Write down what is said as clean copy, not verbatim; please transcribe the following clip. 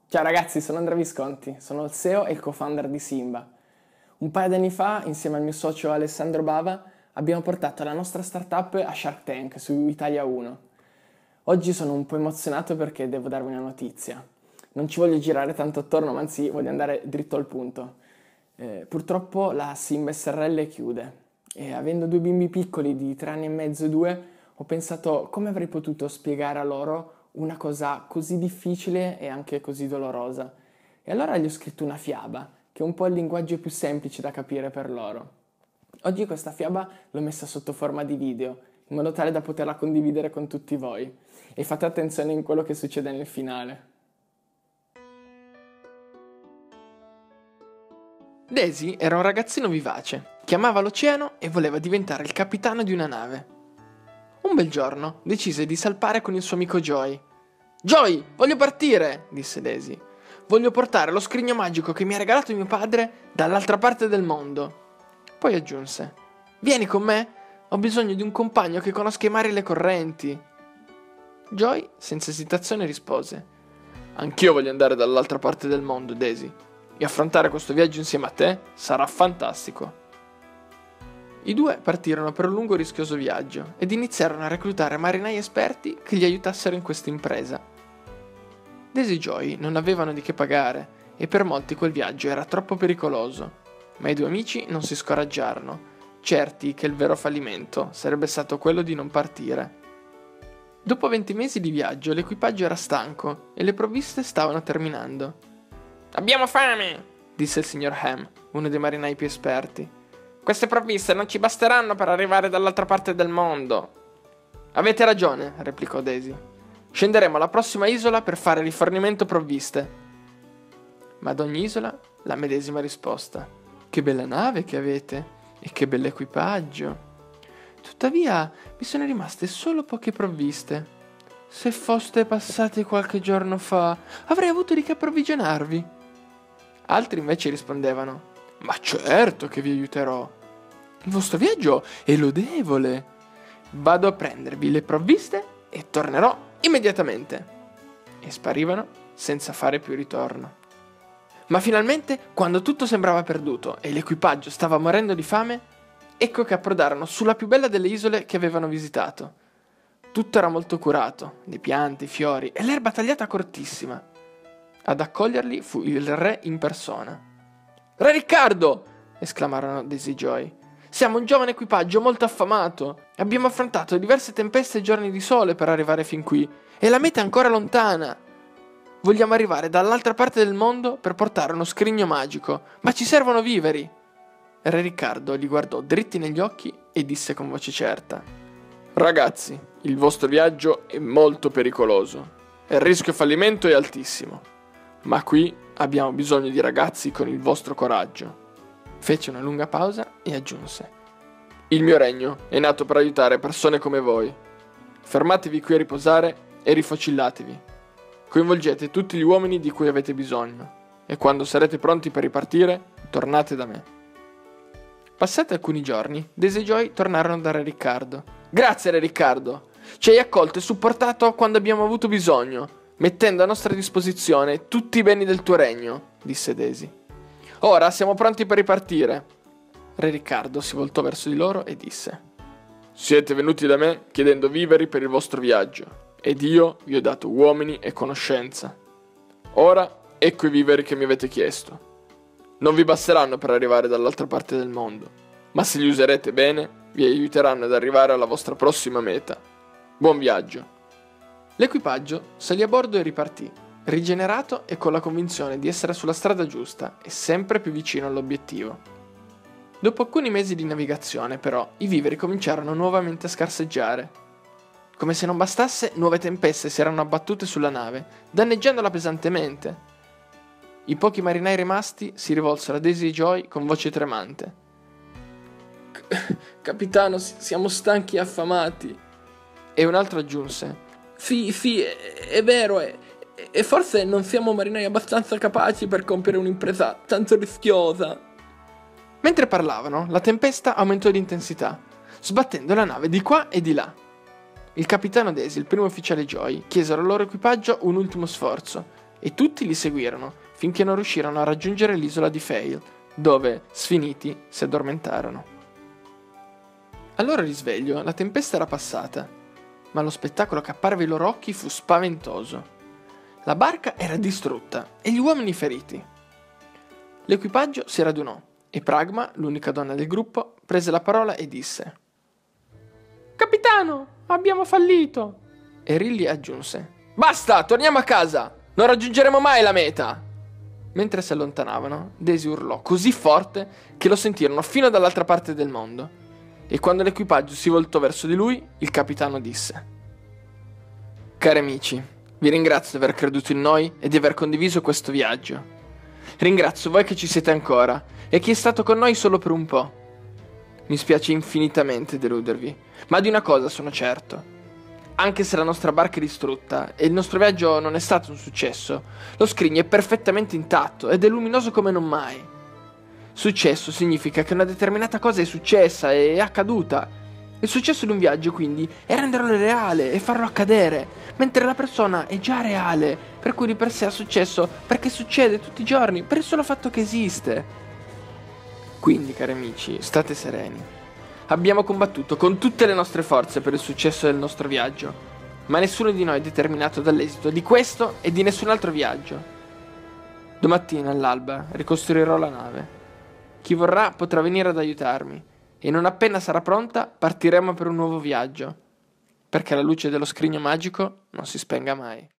Ciao ragazzi, sono Andrea Visconti, sono il CEO e il co-founder di Simba. Un paio di anni fa, insieme al mio socio Alessandro Bava, abbiamo portato la nostra startup a Shark Tank su Italia 1. Oggi sono un po' emozionato perché devo darvi una notizia. Non ci voglio girare tanto attorno, ma anzi voglio andare dritto al punto. Purtroppo la Simba SRL chiude e avendo due bimbi piccoli di 3 anni e mezzo e 2, ho pensato come avrei potuto spiegare a loro una cosa così difficile e anche così dolorosa. E allora gli ho scritto una fiaba, che è un po' il linguaggio più semplice da capire per loro. Oggi questa fiaba l'ho messa sotto forma di video, in modo tale da poterla condividere con tutti voi. E fate attenzione in quello che succede nel finale. Daisy era un ragazzino vivace, che amava l'oceano e voleva diventare il capitano di una nave. Un bel giorno decise di salpare con il suo amico Joy. «Joy, voglio partire!» disse Daisy. «Voglio portare lo scrigno magico che mi ha regalato mio padre dall'altra parte del mondo». Poi aggiunse: «Vieni con me? Ho bisogno di un compagno che conosca i mari e le correnti». Joy, senza esitazione, rispose: «Anch'io voglio andare dall'altra parte del mondo, Daisy, e affrontare questo viaggio insieme a te sarà fantastico». I due partirono per un lungo e rischioso viaggio ed iniziarono a reclutare marinai esperti che li aiutassero in questa impresa. Daisy e Joy non avevano di che pagare e per molti quel viaggio era troppo pericoloso, ma i due amici non si scoraggiarono, certi che il vero fallimento sarebbe stato quello di non partire. Dopo 20 mesi di viaggio l'equipaggio era stanco e le provviste stavano terminando. «Abbiamo fame!» disse il signor Ham, uno dei marinai più esperti. «Queste provviste non ci basteranno per arrivare dall'altra parte del mondo». «Avete ragione», replicò Daisy. «Scenderemo alla prossima isola per fare rifornimento provviste». Ma ad ogni isola la medesima risposta: «Che bella nave che avete e che bell'equipaggio. Tuttavia vi sono rimaste solo poche provviste. Se foste passati qualche giorno fa, avrei avuto di che approvvigionarvi». Altri invece rispondevano: «Ma certo che vi aiuterò. Il vostro viaggio è lodevole. Vado a prendervi le provviste e tornerò immediatamente». E sparivano senza fare più ritorno. Ma finalmente, quando tutto sembrava perduto e l'equipaggio stava morendo di fame, ecco che approdarono sulla più bella delle isole che avevano visitato. Tutto era molto curato, le piante, i fiori e l'erba tagliata cortissima. Ad accoglierli fu il re in persona. «Re Riccardo!» esclamarono Daisy e Joy. «Siamo un giovane equipaggio molto affamato. Abbiamo affrontato diverse tempeste e giorni di sole per arrivare fin qui, e la meta è ancora lontana. Vogliamo arrivare dall'altra parte del mondo per portare uno scrigno magico, ma ci servono viveri». Re Riccardo li guardò dritti negli occhi e disse con voce certa: «Ragazzi, il vostro viaggio è molto pericoloso e il rischio fallimento è altissimo, ma qui abbiamo bisogno di ragazzi con il vostro coraggio». Fece una lunga pausa e aggiunse: «Il mio regno è nato per aiutare persone come voi. Fermatevi qui a riposare e rifocillatevi. Coinvolgete tutti gli uomini di cui avete bisogno e quando sarete pronti per ripartire, tornate da me». Passati alcuni giorni, Daisy e Joy tornarono da Re Riccardo. «Grazie, Re Riccardo! Ci hai accolto e supportato quando abbiamo avuto bisogno, mettendo a nostra disposizione tutti i beni del tuo regno», disse Daisy. «Ora siamo pronti per ripartire». Re Riccardo si voltò verso di loro e disse: «Siete venuti da me chiedendo viveri per il vostro viaggio, ed io vi ho dato uomini e conoscenza. Ora ecco i viveri che mi avete chiesto. Non vi basteranno per arrivare dall'altra parte del mondo, ma se li userete bene, vi aiuteranno ad arrivare alla vostra prossima meta. Buon viaggio». L'equipaggio salì a bordo e ripartì, rigenerato e con la convinzione di essere sulla strada giusta e sempre più vicino all'obiettivo. Dopo alcuni mesi di navigazione, però, i viveri cominciarono nuovamente a scarseggiare. Come se non bastasse, nuove tempeste si erano abbattute sulla nave, danneggiandola pesantemente. I pochi marinai rimasti si rivolsero a Daisy e Joy con voce tremante. «Capitano, siamo stanchi e affamati». E un altro aggiunse: è vero, e forse non siamo marinai abbastanza capaci per compiere un'impresa tanto rischiosa». Mentre parlavano, la tempesta aumentò di intensità, sbattendo la nave di qua e di là. Il capitano Daisy e il primo ufficiale Joy chiesero al loro equipaggio un ultimo sforzo e tutti li seguirono finché non riuscirono a raggiungere l'isola di Fail, dove, sfiniti, si addormentarono. Al loro risveglio la tempesta era passata, ma lo spettacolo che apparve ai loro occhi fu spaventoso. La barca era distrutta e gli uomini feriti. L'equipaggio si radunò e Pragma, l'unica donna del gruppo, prese la parola e disse: «Capitano, abbiamo fallito!» E Riley aggiunse: «Basta, torniamo a casa! Non raggiungeremo mai la meta!» Mentre si allontanavano, Daisy urlò così forte che lo sentirono fino dall'altra parte del mondo. E quando l'equipaggio si voltò verso di lui, il capitano disse: «Cari amici, vi ringrazio di aver creduto in noi e di aver condiviso questo viaggio. Ringrazio voi che ci siete ancora e chi è stato con noi solo per un po'. Mi spiace infinitamente deludervi, ma di una cosa sono certo. Anche se la nostra barca è distrutta e il nostro viaggio non è stato un successo, lo scrigno è perfettamente intatto ed è luminoso come non mai. Successo significa che una determinata cosa è successa e è accaduta. Il successo di un viaggio, quindi, è renderlo reale e farlo accadere, mentre la persona è già reale, per cui di per sé ha successo perché succede tutti i giorni, per il solo fatto che esiste. Quindi, cari amici, state sereni. Abbiamo combattuto con tutte le nostre forze per il successo del nostro viaggio, ma nessuno di noi è determinato dall'esito di questo e di nessun altro viaggio. Domattina, all'alba, ricostruirò la nave. Chi vorrà potrà venire ad aiutarmi, e non appena sarà pronta partiremo per un nuovo viaggio, perché la luce dello scrigno magico non si spenga mai.